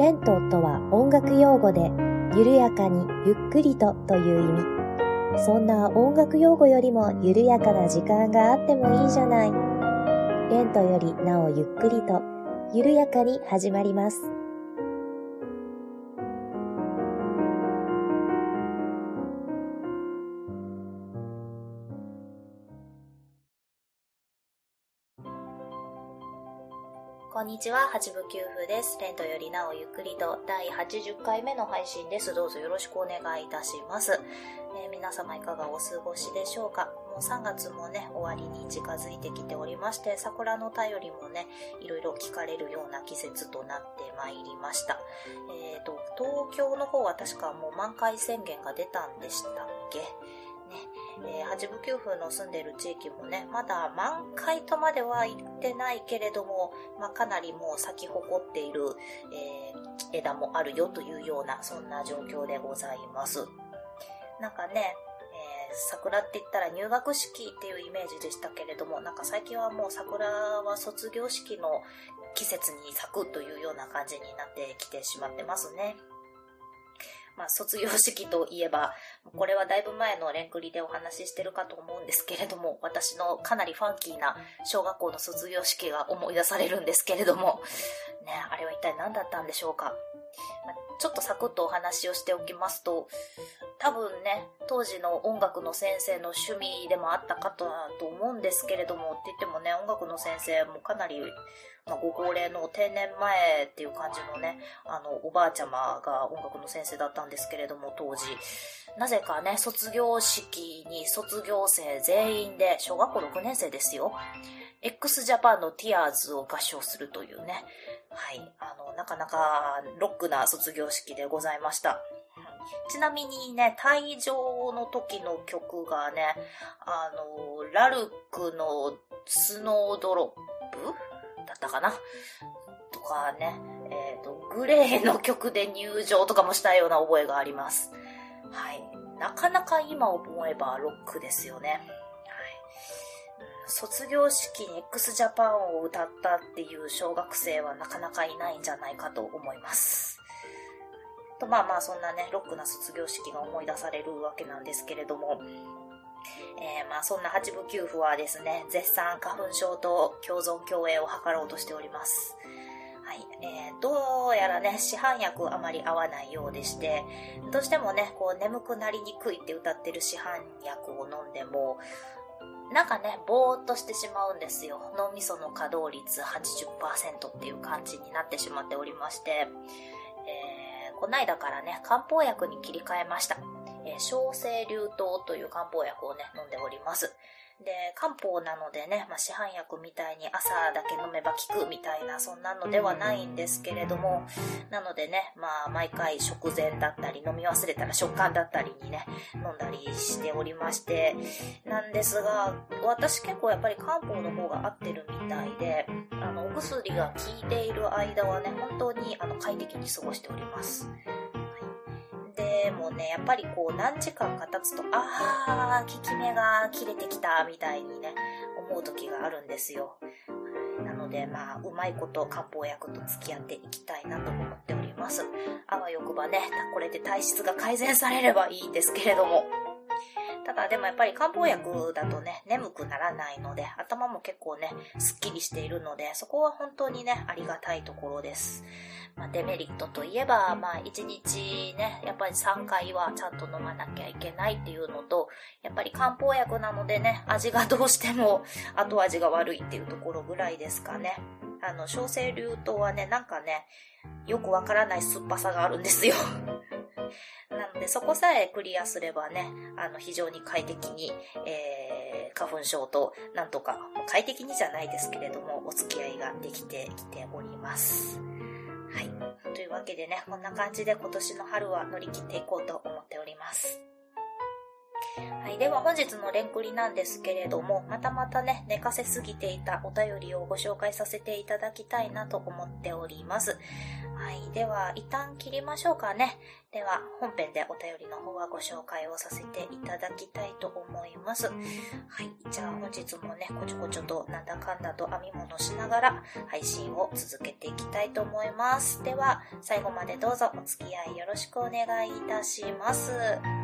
レントとは音楽用語で、緩やかにゆっくりとという意味。そんな音楽用語よりも緩やかな時間があってもいいじゃない。レントよりなおゆっくりと、緩やかに始まります。こんにちは、八部九夫です。レントよりなおゆっくりと第80回目の配信です。どうぞよろしくお願いいたします。皆様いかがお過ごしでしょうか。もう3月もね、終わりに近づいてきておりまして、桜の便りもね、いろいろ聞かれるような季節となってまいりました。東京の方は確かもう満開宣言が出たんでしたっけ八部九夫の住んでいる地域もね、まだ満開とまでは言ってないけれども、かなりもう咲き誇っている、枝もあるよというような、そんな状況でございます。なんかね、桜って言ったら入学式っていうイメージでしたけれども、なんか最近はもう桜は卒業式の季節に咲くというような感じになってきてしまってますね。卒業式といえば、これはだいぶ前のレンクリでお話ししてるかと思うんですけれども、私のかなりファンキーな小学校の卒業式が思い出されるんですけれども、ね、あれは一体何だったんでしょうか。ちょっとサクッとお話をしておきますと、多分ね、当時の音楽の先生の趣味でもあったかと思うんですけれども、って言ってもね、音楽の先生もかなり、ご高齢の定年前っていう感じのね、おばあちゃまが音楽の先生だったんですけれども、当時。なぜかね、卒業式に卒業生全員で、小学校6年生ですよ。x ジャパンの Tears を合唱するというね、はい、なかなかロックな卒業式でございました。ちなみにね、退場の時の曲がね、ラルクのスノードロップだったかなとかね、グレーの曲で入場とかもしたような覚えがあります。はい。なかなか今思えばロックですよね。はい。卒業式に x ジャパンを歌ったっていう小学生はなかなかいないんじゃないかと思います。とそんなね、ロックな卒業式が思い出されるわけなんですけれども、そんな八部九夫はですね、絶賛花粉症と共存共栄を図ろうとしております。はい、どうやらね、市販薬あまり合わないようでして、どうしてもね、こう眠くなりにくいって歌ってる市販薬を飲んでも、なんかね、ぼーっとしてしまうんですよ。脳みその稼働率 80% っていう感じになってしまっておりまして、こないだからね、漢方薬に切り替えました。小生竜湯という漢方薬をね、飲んでおります。で、漢方なのでね、市販薬みたいに朝だけ飲めば効くみたいな、そんなのではないんですけれども、なのでね、毎回食前だったり、飲み忘れたら食感だったりにね、飲んだりしておりまして、なんですが、私結構やっぱり漢方の方が合ってるみたいで、お薬が効いている間はね、本当に快適に過ごしております。でもね、やっぱりこう何時間か経つと、効き目が切れてきたみたいにね、思う時があるんですよ。なのでうまいこと漢方薬と付き合っていきたいなと思っております。あわよくばね、これで体質が改善されればいいんですけれども。ただでもやっぱり漢方薬だとね、眠くならないので、頭も結構ね、スッキリしているので、そこは本当にね、ありがたいところです。デメリットといえば、1日ね、やっぱり3回はちゃんと飲まなきゃいけないっていうのと、やっぱり漢方薬なのでね、味がどうしても後味が悪いっていうところぐらいですかね。小生竜湯はね、なんかね、よくわからない酸っぱさがあるんですよ。なのでそこさえクリアすればね、非常に快適に、花粉症となんとか快適にじゃないですけれどもお付き合いができてきております。はい。というわけでね、こんな感じで今年の春は乗り切っていこうと思っております。 はい、では本日のレンクリなんですけれども、またね、寝かせすぎていたお便りをご紹介させていただきたいなと思っております。はい、では一旦切りましょうかね。では本編でお便りの方はご紹介をさせていただきたいと思います。はい、じゃあ本日もね、こちょこちょとなんだかんだと編み物しながら配信を続けていきたいと思います。では最後までどうぞお付き合いよろしくお願いいたします。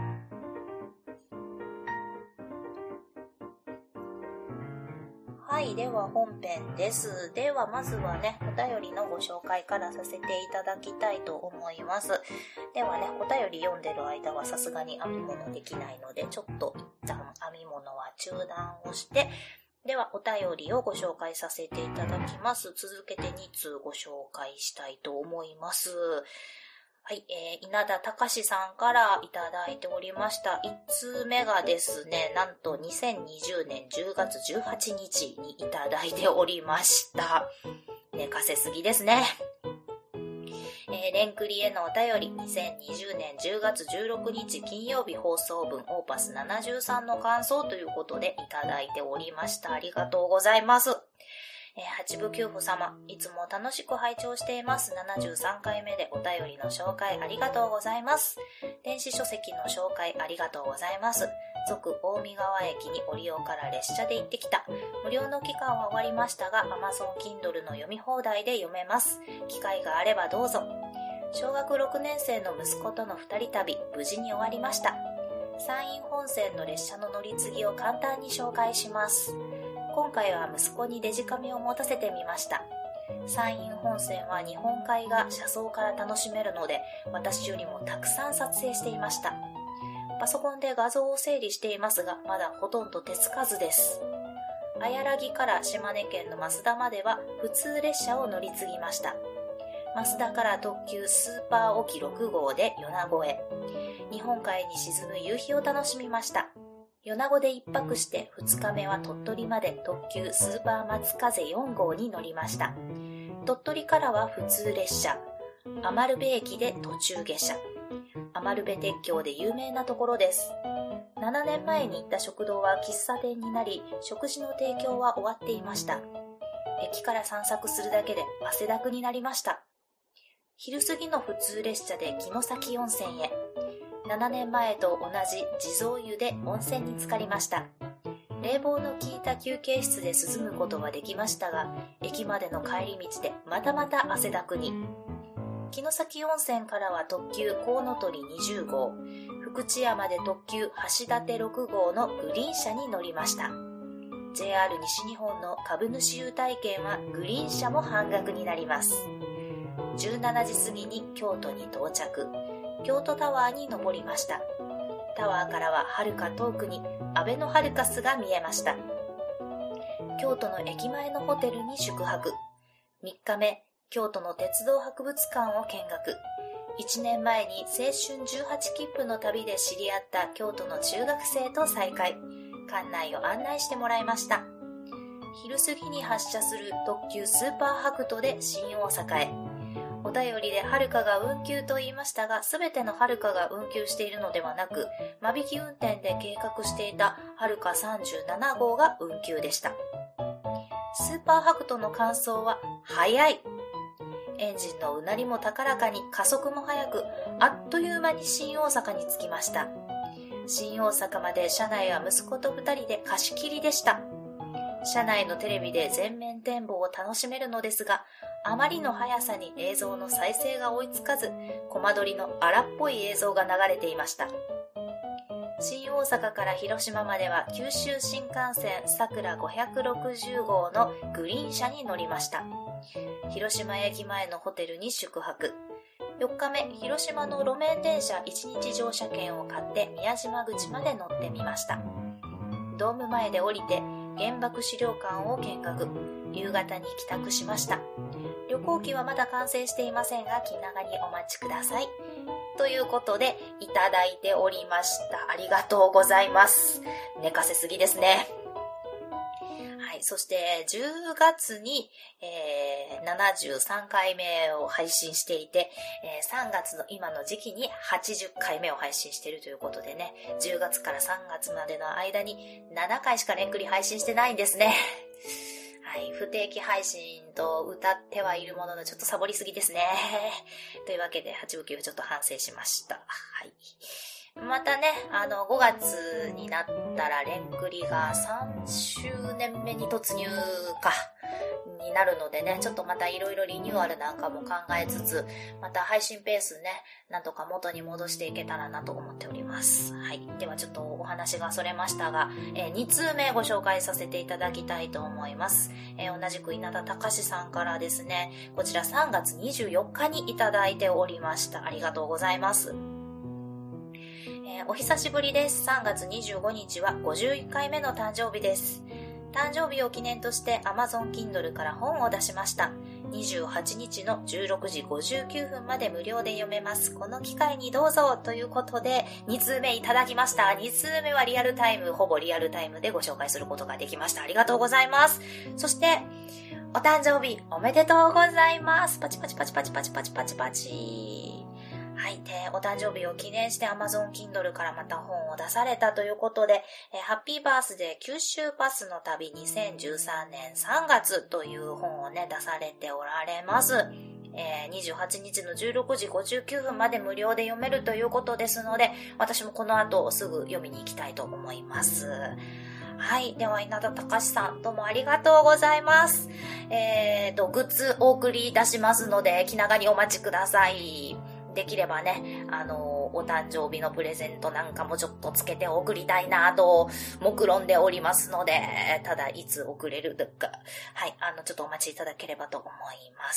はい、では本編です。ではまずはね、お便りのご紹介からさせていただきたいと思います。ではね、お便り読んでる間はさすがに編み物できないので、ちょっと一旦編み物は中断をして、ではお便りをご紹介させていただきます。続けて2通ご紹介したいと思います。はい、稲田隆さんからいただいておりました。1通目がですね、なんと2020年10月18日にいただいておりました。寝かせすぎですね。レンクリへのお便り、2020年10月16日金曜日放送分オーパス73の感想ということでいただいておりました。ありがとうございます。八部九夫様、いつも楽しく拝聴しています。73回目でお便りの紹介ありがとうございます。電子書籍の紹介ありがとうございます。続大見川駅に折尾から列車で行ってきた。無料の期間は終わりましたが Amazon Kindle の読み放題で読めます。機会があればどうぞ。小学6年生の息子との2人旅、無事に終わりました。山陰本線の列車の乗り継ぎを簡単に紹介します。今回は息子にデジカメを持たせてみました。山陰本線は日本海が車窓から楽しめるので、私よりもたくさん撮影していました。パソコンで画像を整理していますが、まだほとんど手つかずです。綾良から島根県の増田までは普通列車を乗り継ぎました。増田から特急スーパー沖6号で米子へ。日本海に沈む夕日を楽しみました。米子で一泊して2日目は鳥取まで特急スーパー松風4号に乗りました。鳥取からは普通列車、余部駅で途中下車。余部鉄橋で有名なところです。7年前に行った食堂は喫茶店になり、食事の提供は終わっていました。駅から散策するだけで汗だくになりました。昼過ぎの普通列車で城崎温泉へ。7年前と同じ地蔵湯で温泉に浸かりました。冷房の効いた休憩室で涼むことはできましたが、駅までの帰り道でまた汗だくに。城崎温泉からは特急コウノトリ20号、福知山で特急橋立6号のグリーン車に乗りました。JR 西日本の株主優待券はグリーン車も半額になります。17時過ぎに京都に到着。京都タワーに登りました。タワーからははるか遠くにアベノハルカスが見えました。京都の駅前のホテルに宿泊。3日目、京都の鉄道博物館を見学。1年前に青春18切符の旅で知り合った京都の中学生と再会。館内を案内してもらいました。昼過ぎに発車する特急スーパーハクトで新大阪へ。お便りではるかが運休と言いましたが、すべてのはるかが運休しているのではなく、間引き運転で計画していたはるか37号が運休でした。スーパーハクトの感想は、速い。エンジンのうなりも高らかに加速も速く、あっという間に新大阪に着きました。新大阪まで車内は息子と2人で貸し切りでした。車内のテレビで全面展望を楽しめるのですが、あまりの速さに映像の再生が追いつかず、コマ撮りの荒っぽい映像が流れていました。新大阪から広島までは九州新幹線さくら560号のグリーン車に乗りました。広島駅前のホテルに宿泊。4日目、広島の路面電車1日乗車券を買って宮島口まで乗ってみました。ドーム前で降りて原爆資料館を見学。夕方に帰宅しました。旅行機はまだ完成していませんが、気長にお待ちください。ということで、いただいておりました。ありがとうございます。寝かせすぎですね。はい。そして、10月に、73回目を配信していて、3月の今の時期に80回目を配信しているということでね、10月から3月までの間に7回しかレンクリ配信してないんですね。はい。不定期配信と歌ってはいるものの、ちょっとサボりすぎですね。というわけで、8部9部ちょっと反省しました。はい。またね、5月になったらレンクリが3周年目に突入になるのでね、ちょっとまたいろいろリニューアルなんかも考えつつ、また配信ペースね、なんとか元に戻していけたらなと思っております。はい。ではちょっとお話がそれましたが、2通目ご紹介させていただきたいと思います。同じく稲田隆さんからですね、こちら3月24日にいただいておりました。ありがとうございます。お久しぶりです。3月25日は51回目の誕生日です。誕生日を記念として Amazon Kindle から本を出しました。28日の16時59分まで無料で読めます。この機会にどうぞということで2通目いただきました。2通目はリアルタイム、ほぼリアルタイムでご紹介することができました。ありがとうございます。そして、お誕生日おめでとうございます。パチパチパチパチパチパチパチパチ。はい。で、お誕生日を記念して Amazon Kindle からまた本を出されたということで、ハッピーバースデー九州バスの旅2013年3月という本をね、出されておられます。28日の16時59分まで無料で読めるということですので、私もこの後すぐ読みに行きたいと思います。はい。では、稲田隆さん、どうもありがとうございます。グッズお送りいたしますので、気長にお待ちください。できればね、お誕生日のプレゼントなんかもちょっとつけて送りたいなと、目論んでおりますので、ただいつ送れるとか、はい、ちょっとお待ちいただければと思います。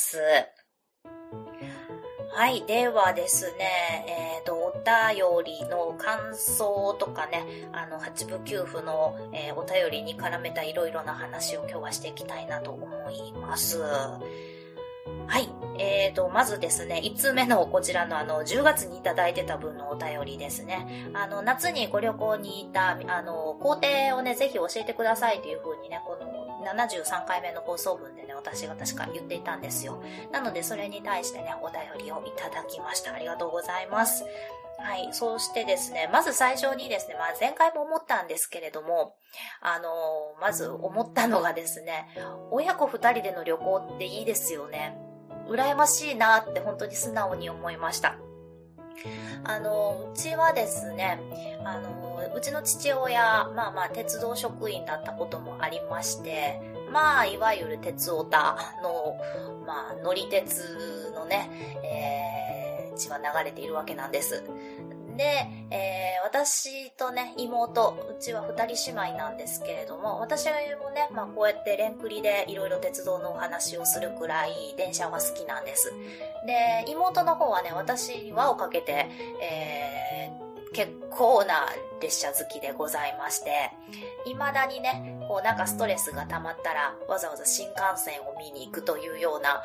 はい。ではですね、お便りの感想とかね、8部9部の、お便りに絡めたいろいろな話を今日はしていきたいなと思います。はい。まずですね、5つ目のこちらの10月にいただいてた分のお便りですね。夏にご旅行に行った、工程をね、ぜひ教えてくださいという風にね、この73回目の放送分でね、私が確か言っていたんですよ。なので、それに対してね、お便りをいただきました。ありがとうございます。はい。そしてですね、まず最初にですね、前回も思ったんですけれども、まず思ったのがですね、親子2人での旅行っていいですよね。羨ましいなって本当に素直に思いました。うちはですね、うちの父親、鉄道職員だったこともありまして、いわゆる鉄オタの、乗り鉄のね、血は流れているわけなんです。で、私とね、妹、うちは2人姉妹なんですけれども、私もね、こうやってレンクリでいろいろ鉄道のお話をするくらい電車は好きなんです。で、妹の方はね、私に輪をかけて、結構な列車好きでございまして、未だにね、なんかストレスが溜まったら、わざわざ新幹線を見に行くというような、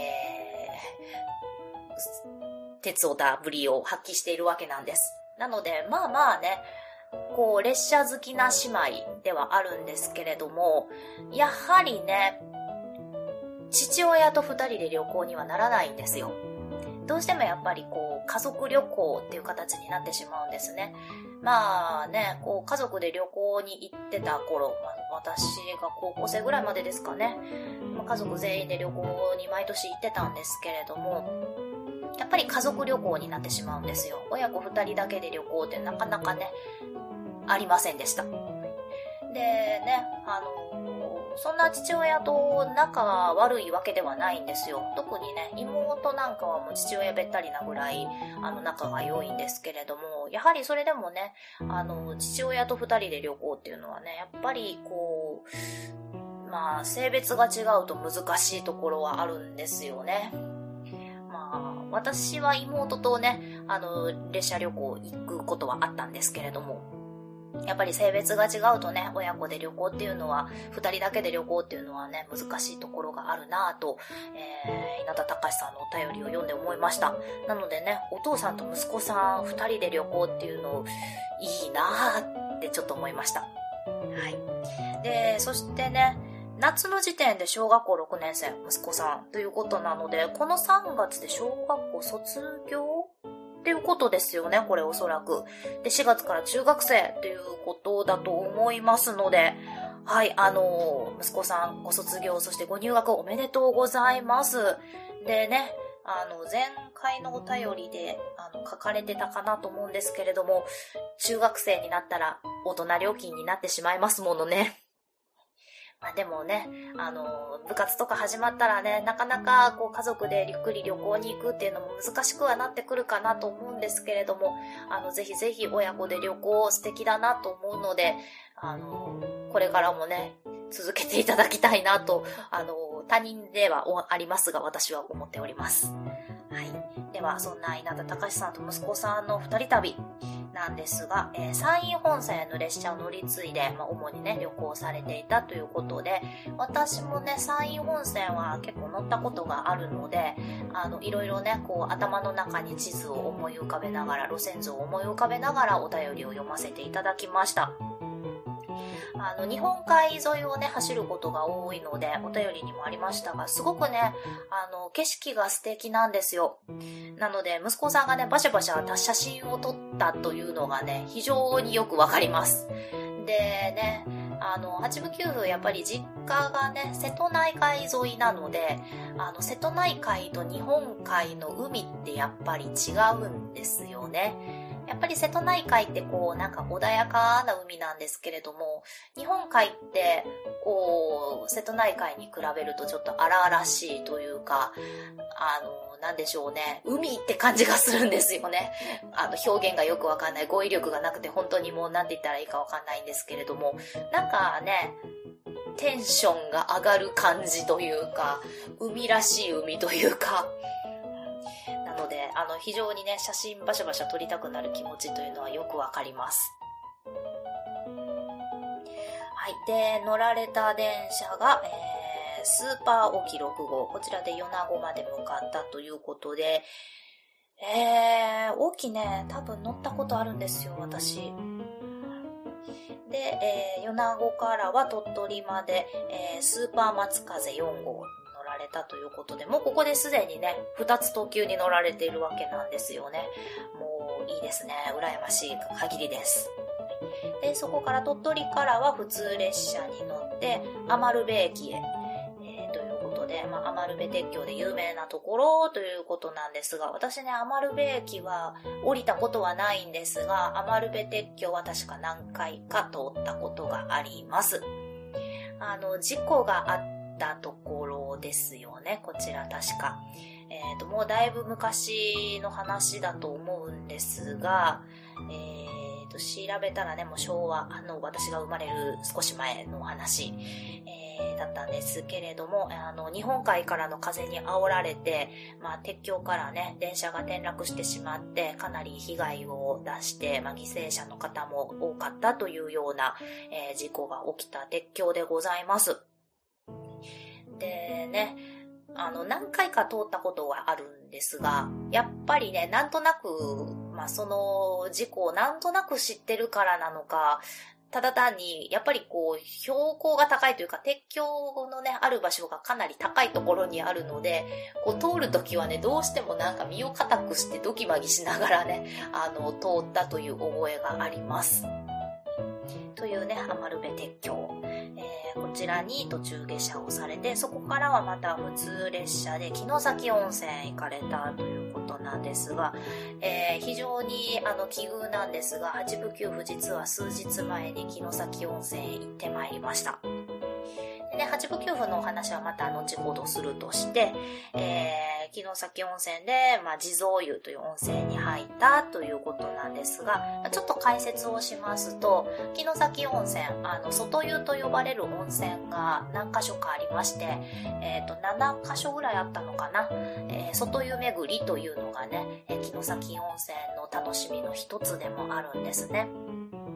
鉄オタぶりを発揮しているわけなんです。なので、ね、列車好きな姉妹ではあるんですけれども、やはりね、父親と2人で旅行にはならないんですよ。どうしてもやっぱり家族旅行っていう形になってしまうんですね。家族で旅行に行ってた頃、私が高校生ぐらいまでですかね。家族全員で旅行に毎年行ってたんですけれども、やっぱり家族旅行になってしまうんですよ。親子2人だけで旅行ってなかなかね、ありませんでした。でね、そんな父親と仲悪いわけではないんですよ。特にね、妹なんかはもう父親べったりなぐらい、仲が良いんですけれども、やはりそれでもね、父親と2人で旅行っていうのはね、やっぱり性別が違うと難しいところはあるんですよね。私は妹とね、列車旅行行くことはあったんですけれども、やっぱり性別が違うとね、親子で旅行っていうのは、2人だけで旅行っていうのはね、難しいところがあるなぁと、稲田隆さんのお便りを読んで思いました。なのでね、お父さんと息子さん2人で旅行っていうのいいなぁってちょっと思いました。はい。で、そしてね、 夏の時点で小学校6年生、息子さんということなので、この3月で小学校卒業っていうことですよね、これおそらく。で、4月から中学生ということだと思いますので、はい、息子さんご卒業、そしてご入学おめでとうございます。でね、前回のお便りで、書かれてたかなと思うんですけれども、中学生になったら大人料金になってしまいますものね。まあでもね、部活とか始まったらね、なかなかこう家族でゆっくり旅行に行くっていうのも難しくはなってくるかなと思うんですけれども、ぜひぜひ親子で旅行素敵だなと思うので、これからもね、続けていただきたいなと、他人ではありますが、私は思っております。はい。では、そんな稲田隆さんと息子さんの二人旅なんですが、山陰本線の列車を乗り継いで、主にね、旅行されていたということで、私もね、山陰本線は結構乗ったことがあるので、いろいろね、こう、頭の中に地図を思い浮かべながら、路線図を思い浮かべながらお便りを読ませていただきました。日本海沿いをね、走ることが多いので、お便りにもありましたが、すごくね、景色が素敵なんですよ。なので、息子さんがね、バシャバシャ写真を撮ったというのがね、非常によくわかります。でね、八部九夫、やっぱり実家がね、瀬戸内海沿いなので、瀬戸内海と日本海の海ってやっぱり違うんですよね。やっぱり瀬戸内海ってこうなんか穏やかな海なんですけれども、日本海ってこう瀬戸内海に比べるとちょっと荒々しいというか、なんでしょうね、海って感じがするんですよね。表現がよくわかんない、語彙力がなくて本当にもうなんて言ったらいいかわかんないんですけれども、なんかね、テンションが上がる感じというか、海らしい海というか、なので、非常にね、写真バシャバシャ撮りたくなる気持ちというのはよくわかります。はい。で、乗られた電車が、スーパーオキ6号。こちらで米子まで向かったということで、オキね、多分乗ったことあるんですよ、私。で、米子からは鳥取まで、スーパー松風4号。乗られたということで、もうここですでにね、2つ特急に乗られているわけなんですよね。もういいですね。羨ましい限りです。で、そこから鳥取からは普通列車に乗って余部駅へ、ということで、余部鉄橋で有名なところということなんですが、私ね、余部駅は降りたことはないんですが、余部鉄橋は確か何回か通ったことがあります。事故があったところですよね、こちら確か。もうだいぶ昔の話だと思うんですが、調べたらね、もう昭和、私が生まれる少し前のお話、だったんですけれども、日本海からの風に煽られて、鉄橋からね、電車が転落してしまって、かなり被害を出して、犠牲者の方も多かったというような、事故が起きた鉄橋でございます。でね、何回か通ったことはあるんですが、やっぱりね、なんとなく、その事故をなんとなく知ってるからなのか、ただ単に、やっぱりこう、標高が高いというか、鉄橋のね、ある場所がかなり高いところにあるので、こう、通るときはね、どうしてもなんか身を固くしてドキマギしながらね、通ったという覚えがあります。というね、余部鉄橋。こちらに途中下車をされて、そこからはまた普通列車で城崎温泉行かれたということなんですが、非常に奇遇なんですが、八部九夫実は数日前に城崎温泉へ行ってまいりました。でね、八部九夫のお話はまた後ほどするとして、城崎温泉で、地蔵湯という温泉に入ったということなんですが、ちょっと解説をしますと、城崎温泉、外湯と呼ばれる温泉が何箇所かありまして、7箇所ぐらいあったのかな。外湯巡りというのがね、城崎温泉の楽しみの一つでもあるんですね。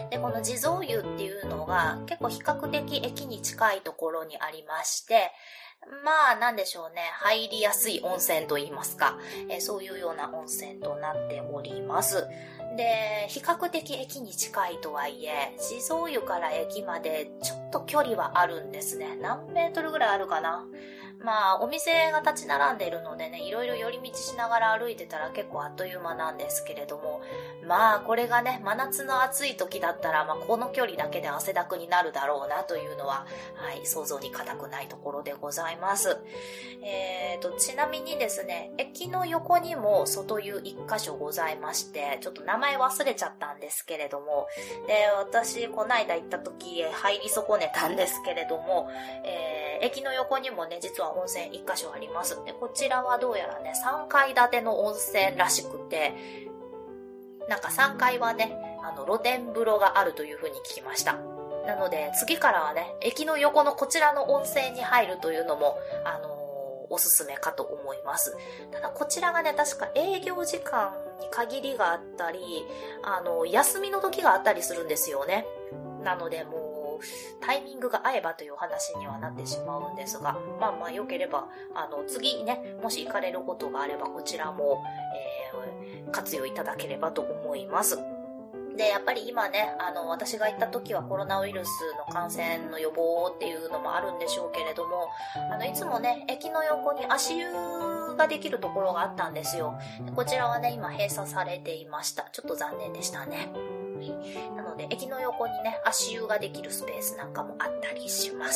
で、この地蔵湯っていうのが結構比較的駅に近いところにありまして、まあなんでしょうね、入りやすい温泉といいますか、そういうような温泉となっております。で、比較的駅に近いとはいえ、地蔵湯から駅までちょっと距離はあるんですね。何メートルぐらいあるかな。まあお店が立ち並んでいるのでね、いろいろ寄り道しながら歩いてたら結構あっという間なんですけれども、まあこれがね、真夏の暑い時だったら、まあこの距離だけで汗だくになるだろうなというのは、はい、想像に難くないところでございます。ちなみにですね、駅の横にも外湯一箇所ございまして、ちょっと名前忘れちゃったんですけれども、で、私この間行った時入り損ねたんですけれども、駅の横にもね、実は温泉一箇所あります。で、こちらはどうやらね、3階建ての温泉らしくて、なんか3階はね、露天風呂があるというふうに聞きました。なので、次からはね、駅の横のこちらの温泉に入るというのも、おすすめかと思います。ただ、こちらがね、確か営業時間に限りがあったり、休みの時があったりするんですよね。なので、もう、タイミングが合えばという話にはなってしまうんですが、まあまあ良ければ、次ね、もし行かれることがあれば、こちらも、活用いただければと思います。で、やっぱり今ね、私が行った時はコロナウイルスの感染の予防っていうのもあるんでしょうけれども、いつもね、駅の横に足湯ができるところがあったんですよ。こちらはね、今閉鎖されていました。ちょっと残念でしたね。なので、駅の横にね、足湯ができるスペースなんかもあったりします。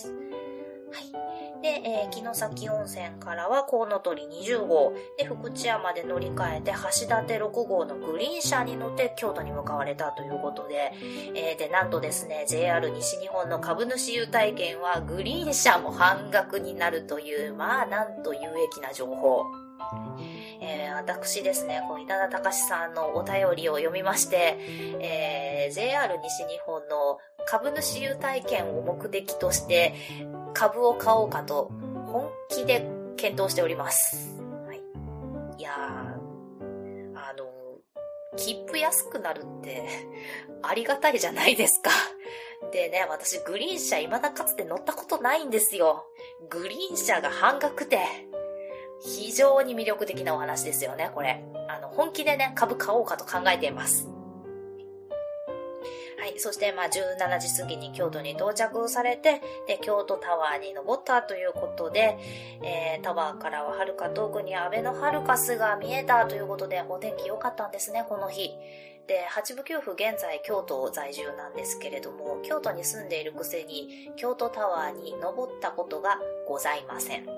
はい。で、城崎温泉からはコウノトリ20号、で、福知山で乗り換えて橋立6号のグリーン車に乗って京都に向かわれたということで、で、なんとですね、JR 西日本の株主優待券はグリーン車も半額になるという、まあ、なんと有益な情報。私ですね、こう稲田隆さんのお便りを読みまして、JR 西日本の株主優待券を目的として株を買おうかと本気で検討しております。はい、いやー、切符安くなるってありがたいじゃないですか。でね、私グリーン車未だかつて乗ったことないんですよ。グリーン車が半額で。非常に魅力的なお話ですよね、これ。本気でね、株買おうかと考えています。はい。そして、17時過ぎに京都に到着されて、で、京都タワーに登ったということで、タワーからは遥か遠くにアベノハルカスが見えたということで、お天気良かったんですね、この日。で、八部九夫現在京都在住なんですけれども、京都に住んでいるくせに、京都タワーに登ったことがございません。はい。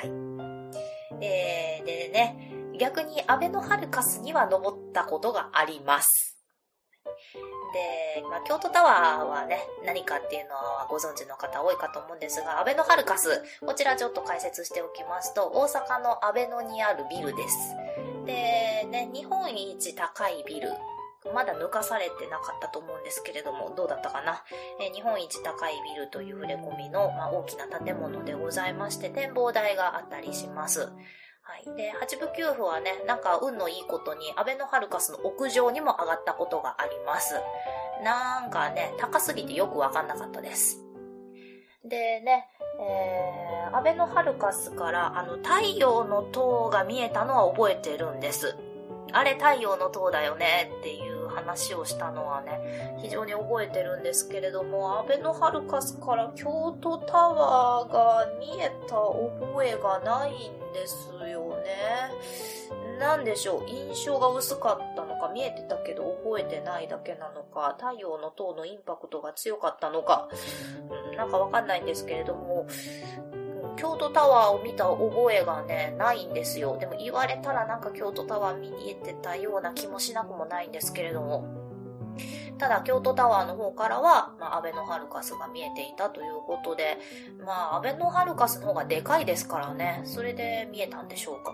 でね、逆にアベノハルカスには登ったことがあります。で、京都タワーはね、何かっていうのはご存知の方多いかと思うんですが、アベノハルカス、こちらちょっと解説しておきますと、大阪のアベノにあるビルです。で、ね、日本一高いビル、まだ抜かされてなかったと思うんですけれども、どうだったかな。日本一高いビルという触れ込みの、大きな建物でございまして、展望台があったりします。はい。で、八部九夫はね、なんか運のいいことに、アベノハルカスの屋上にも上がったことがあります。なんかね、高すぎてよくわかんなかったです。でね、アベノハルカスから太陽の塔が見えたのは覚えてるんです。あれ太陽の塔だよねっていう話をしたのはね、非常に覚えてるんですけれども、アベノハルカスから京都タワーが見えた覚えがないんですよね。なんでしょう、印象が薄かったのか、見えてたけど覚えてないだけなのか、太陽の塔のインパクトが強かったのか、なんかわかんないんですけれども、京都タワーを見た覚えがね、ないんですよ。でも言われたらなんか京都タワー見えてたような気もしなくもないんですけれども。ただ京都タワーの方からは、アベノハルカスが見えていたということで、アベノハルカスの方がでかいですからね、それで見えたんでしょうか。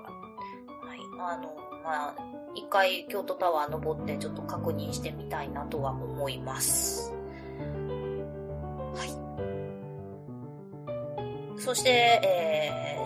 はい。一回京都タワー登ってちょっと確認してみたいなとは思います。はい。そして、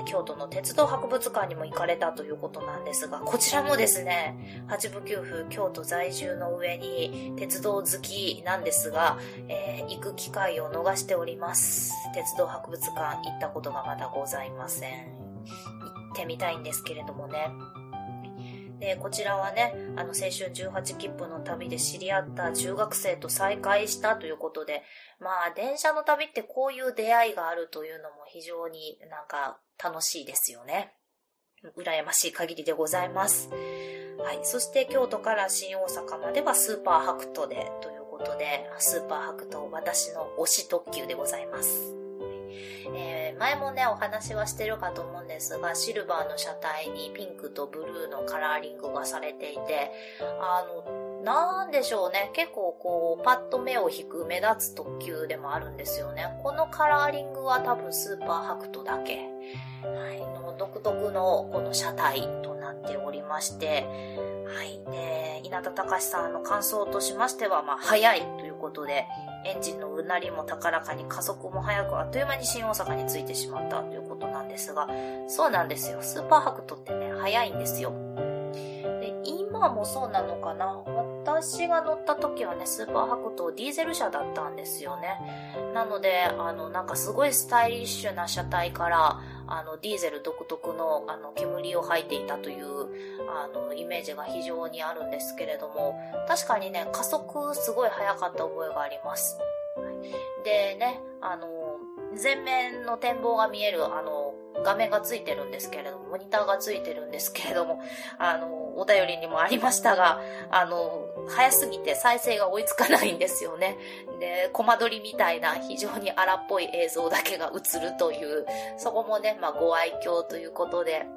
京都の鉄道博物館にも行かれたということなんですが、こちらもですね、八部九夫京都在住の上に鉄道好きなんですが、行く機会を逃しております。鉄道博物館行ったことがまだございません。行ってみたいんですけれどもね。で、こちらはね、青春18切符の旅で知り合った中学生と再会したということで、まあ、電車の旅ってこういう出会いがあるというのも非常になんか楽しいですよね。羨ましい限りでございます。はい。そして京都から新大阪まではスーパーハクトでということで、スーパーハクト私の推し特急でございます。前もねお話はしてるかと思うんですが、シルバーの車体にピンクとブルーのカラーリングがされていて、なんでしょうね、結構こうパッと目を引く目立つ特急でもあるんですよね。このカラーリングは多分スーパーハクトだけ、はい、の独特のこの車体となっておりまして、はい。で、稲田隆さんの感想としましては、まあ早いということで、エンジンのうなりも高らかに加速も速く、あっという間に新大阪に着いてしまったということなんですが、そうなんですよ。スーパーハクトってね、速いんですよ。で、今もそうなのかな。私が乗った時はね、スーパーハクトディーゼル車だったんですよね。なので、なんかすごいスタイリッシュな車体から、ディーゼル独特の、煙を吐いていたという、イメージが非常にあるんですけれども、確かにね、加速すごい速かった覚えがあります。でね、前面の展望が見える、画面がついてるんですけれども、モニターがついてるんですけれども、お便りにもありましたが、早すぎて再生が追いつかないんですよね。で、コマ撮りみたいな非常に荒っぽい映像だけが映るという、そこもね、まあご愛嬌ということで、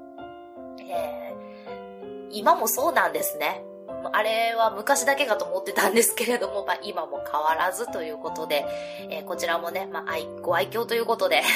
今もそうなんですね。あれは昔だけかと思ってたんですけれども、まあ今も変わらずということで、こちらもね、まあご愛嬌ということで、はい、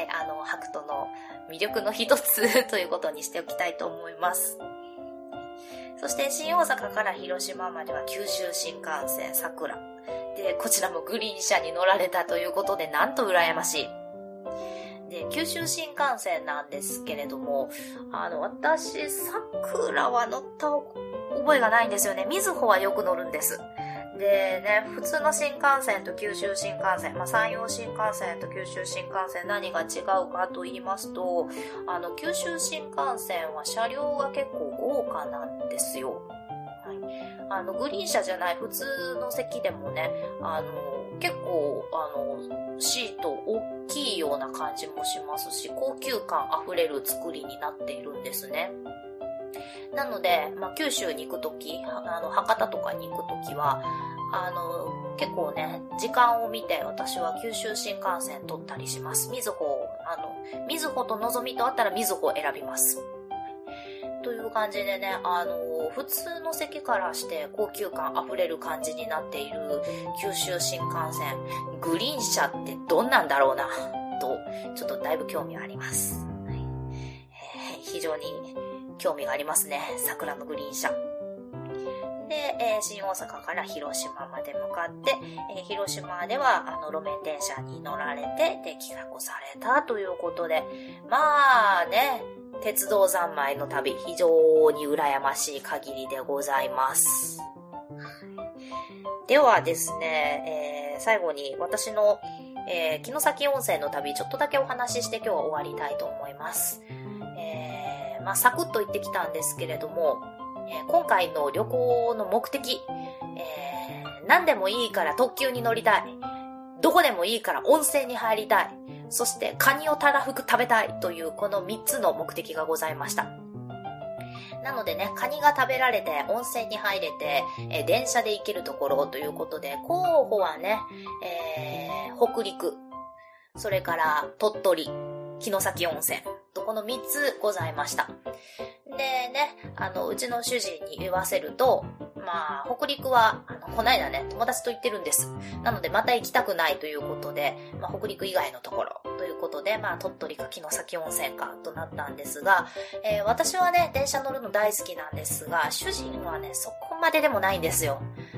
ハクトの魅力の一つということにしておきたいと思います。そして新大阪から広島までは九州新幹線さくら。で、こちらもグリーン車に乗られたということで、なんと羨ましい。で、九州新幹線なんですけれども、私、さくらは乗った覚えがないんですよね。みずほはよく乗るんです。でね、普通の新幹線と九州新幹線、まあ、山陽新幹線と九州新幹線何が違うかと言いますと、九州新幹線は車両が結構豪華なんですよ。はい、グリーン車じゃない普通の席でもね、結構、シート大きいような感じもしますし、高級感あふれる作りになっているんですね。なので、まあ、九州に行くとき、博多とかに行くときは、結構ね、時間を見て私は九州新幹線取ったりします。みずほとのぞみとあったらみずほを選びます。という感じでね、普通の席からして高級感あふれる感じになっている九州新幹線、グリーン車ってどんなんだろうな、と、ちょっとだいぶ興味があります。はい、非常に興味がありますね。桜のグリーン車。で、新大阪から広島まで向かって、広島では路面電車に乗られて、で、帰宅されたということで、まあね、鉄道三昧の旅、非常に羨ましい限りでございます。ではですね、最後に私の、城崎温泉の旅、ちょっとだけお話しして今日は終わりたいと思います。まあ、サクッと行ってきたんですけれども、今回の旅行の目的、何でもいいから特急に乗りたい。どこでもいいから温泉に入りたい。そしてカニをたらふく食べたいというこの3つの目的がございました。なのでね、カニが食べられて温泉に入れて、電車で行けるところということで、候補はね、北陸、それから鳥取、城崎温泉とこの3つございました。でね、うちの主人に言わせると、まあ、北陸は、こないだね、友達と行ってるんです。なので、また行きたくないということで、まあ、北陸以外のところということで、まあ、鳥取か城崎温泉かとなったんですが、私はね、電車乗るの大好きなんですが、主人はね、そこまででもないんですよ。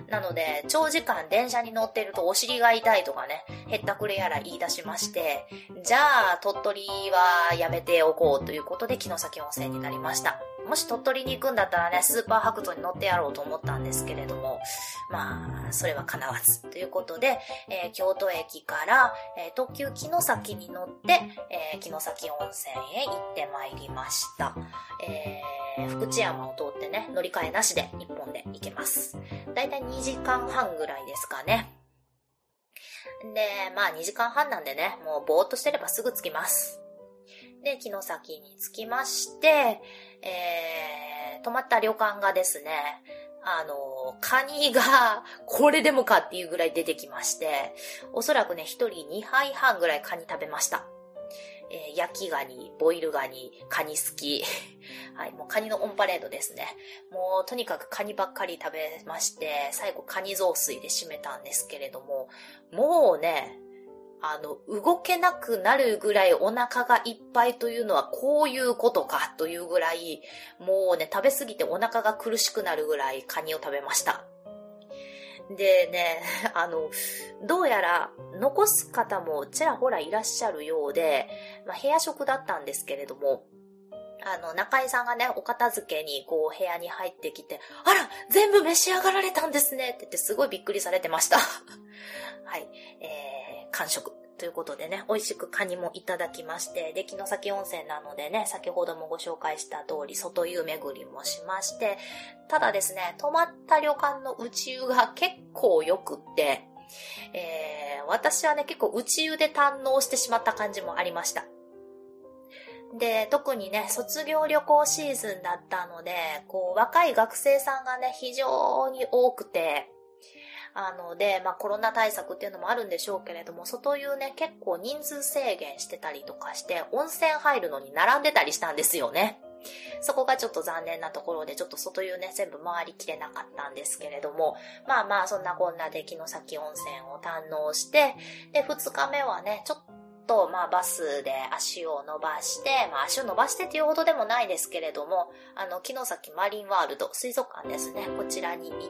なので、長時間電車に乗ってるとお尻が痛いとかね、へったくれやら言い出しまして、じゃあ、鳥取はやめておこうということで、城崎温泉になりました。もし鳥取に行くんだったらね、スーパー白鳥に乗ってやろうと思ったんですけれども、まあ、それは叶わず。ということで、京都駅から、特急城崎に乗って、城崎温泉へ行ってまいりました。福知山を通ってね、乗り換えなしで1本で行けます。だいたい2時間半ぐらいですかね。で、まあ2時間半なんでね、もうぼーっとしてればすぐ着きます。で、城崎に着きまして、泊まった旅館がですね、カニがこれでもかっていうぐらい出てきまして、おそらくね、一人2杯半ぐらいカニ食べました。焼きガニ、ボイルガニ、カニ好き。はい、もうカニのオンパレードですね。もうとにかくカニばっかり食べまして、最後カニ雑炊で締めたんですけれども、もうね、動けなくなるぐらいお腹がいっぱいというのはこういうことかというぐらい、もうね、食べ過ぎてお腹が苦しくなるぐらいカニを食べました。でね、どうやら残す方もちらほらいらっしゃるようで、まあ、部屋食だったんですけれども、中井さんがね、お片付けにこう部屋に入ってきて、あら、全部召し上がられたんですねって言ってすごいびっくりされてました。はい、完食。ということでね、美味しくカニもいただきまして、で、城崎温泉なのでね、先ほどもご紹介した通り、外湯巡りもしまして、ただですね、泊まった旅館の内湯が結構良くって、私はね、結構内湯で堪能してしまった感じもありました。で、特にね、卒業旅行シーズンだったので、こう、若い学生さんがね、非常に多くて、で、まあコロナ対策っていうのもあるんでしょうけれども、外湯ね、結構人数制限してたりとかして、温泉入るのに並んでたりしたんですよね。そこがちょっと残念なところで、ちょっと外湯ね、全部回りきれなかったんですけれども、まあまあ、そんなこんなで城崎温泉を堪能して、で、2日目はね、ちょっとまあバスで足を伸ばして、まあ足を伸ばしてっていうほどでもないですけれども、城崎マリンワールド水族館ですね、こちらに行って、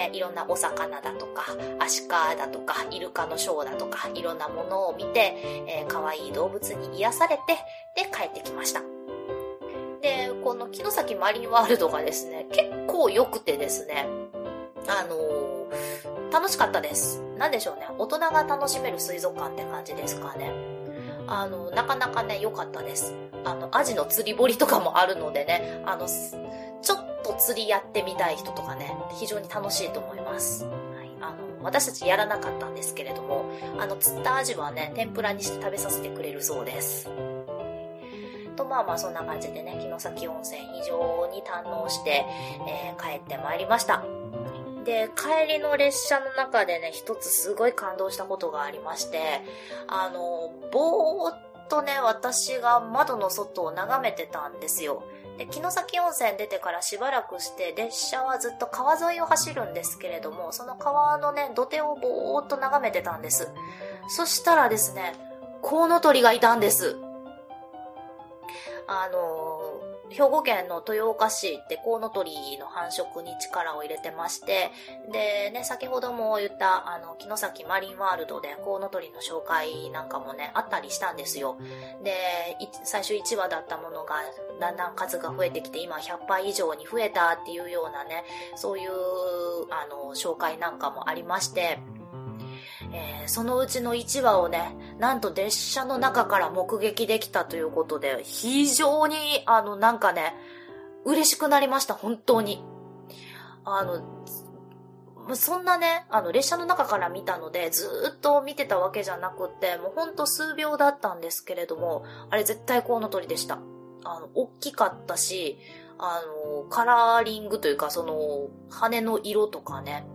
いろんなお魚だとか、アシカだとか、イルカのショーだとか、いろんなものを見て、可愛い動物に癒されて、で、帰ってきました。で、この城崎マリンワールドがですね、結構良くてですね、楽しかったです。なんでしょうね。大人が楽しめる水族館って感じですかね。なかなかね、良かったです。アジの釣り堀とかもあるのでね、ちょっと釣りやってみたい人とかね、非常に楽しいと思います。はい、私たちやらなかったんですけれども、釣ったアジはね、天ぷらにして食べさせてくれるそうです。と、まあまあそんな感じでね、城崎温泉非常に堪能して、帰ってまいりました。で、帰りの列車の中でね、一つすごい感動したことがありまして、ぼーっとね、私が窓の外を眺めてたんですよ。で、城崎温泉出てからしばらくして、列車はずっと川沿いを走るんですけれども、その川のね、土手をぼーっと眺めてたんです。そしたらですね、コウノトリがいたんです。兵庫県の豊岡市ってコウノトリの繁殖に力を入れてまして、でね、先ほども言った城崎マリンワールドでコウノトリの紹介なんかもね、あったりしたんですよ。で、最初1羽だったものがだんだん数が増えてきて、今100羽以上に増えたっていうようなね、そういう紹介なんかもありまして、そのうちの1羽をね、なんと列車の中から目撃できたということで、非常に、なんかね、嬉しくなりました、本当に。そんなね、列車の中から見たので、ずーっと見てたわけじゃなくって、もうほんと数秒だったんですけれども、あれ絶対コウノトリでした。大きかったし、カラーリングというか、その、羽の色とかね、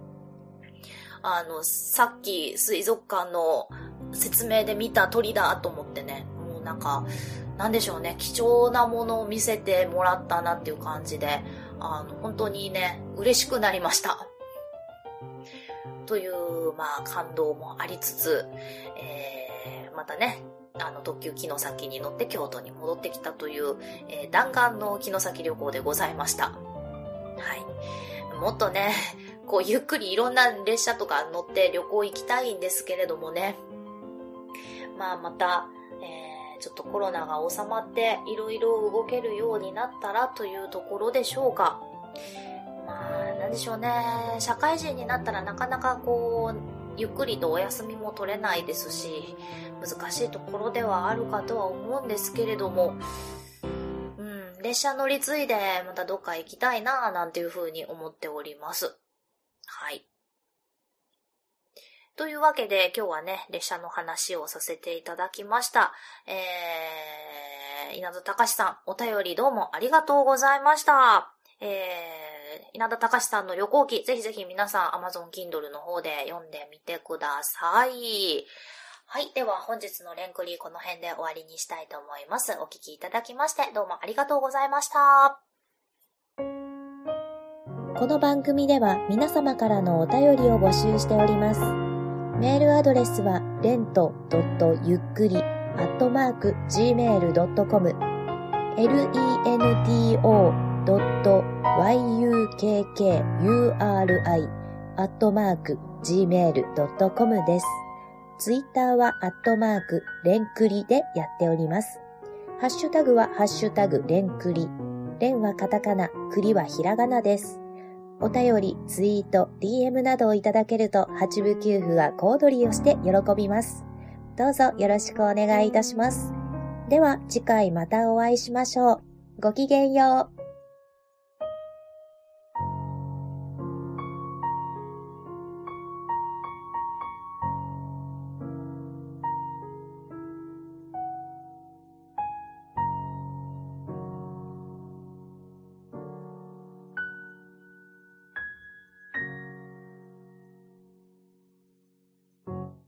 さっき水族館の説明で見た鳥だと思ってね、もうなんか、なんでしょうね、貴重なものを見せてもらったなっていう感じで、本当にね、嬉しくなりました。という、まあ、感動もありつつ、またね、特急城崎に乗って京都に戻ってきたという、弾丸の城崎旅行でございました。はい。もっとね、 こうゆっくりいろんな列車とか乗って旅行行きたいんですけれどもね。また、ちょっとコロナが収まっていろいろ動けるようになったらというところでしょうか。なんでしょうね。社会人になったらなかなかこう、ゆっくりとお休みも取れないですし、難しいところではあるかとは思うんですけれども、列車乗り継いでまたどっか行きたいなぁなんていうふうに思っております。はい。というわけで今日はね、列車の話をさせていただきました。稲田隆さん、お便りどうもありがとうございました。稲田隆さんの旅行記、ぜひぜひ皆さん Amazon Kindle の方で読んでみてください。はい。では本日のレンクリーこの辺で終わりにしたいと思います。お聞きいただきましてどうもありがとうございました。 この番組では皆様からのお便りを募集しております。メールアドレスはlento.yukkuri@gmail.com lento.yukkuri@gmail.com です。ツイッターはレンクリでやっております。ハッシュタグはハッシュタグレンクリ。レンはカタカナ、クリはひらがなです。お便り、ツイート、DM などをいただけると八部九夫が小躍りをして喜びます。どうぞよろしくお願いいたします。では次回またお会いしましょう。ごきげんよう。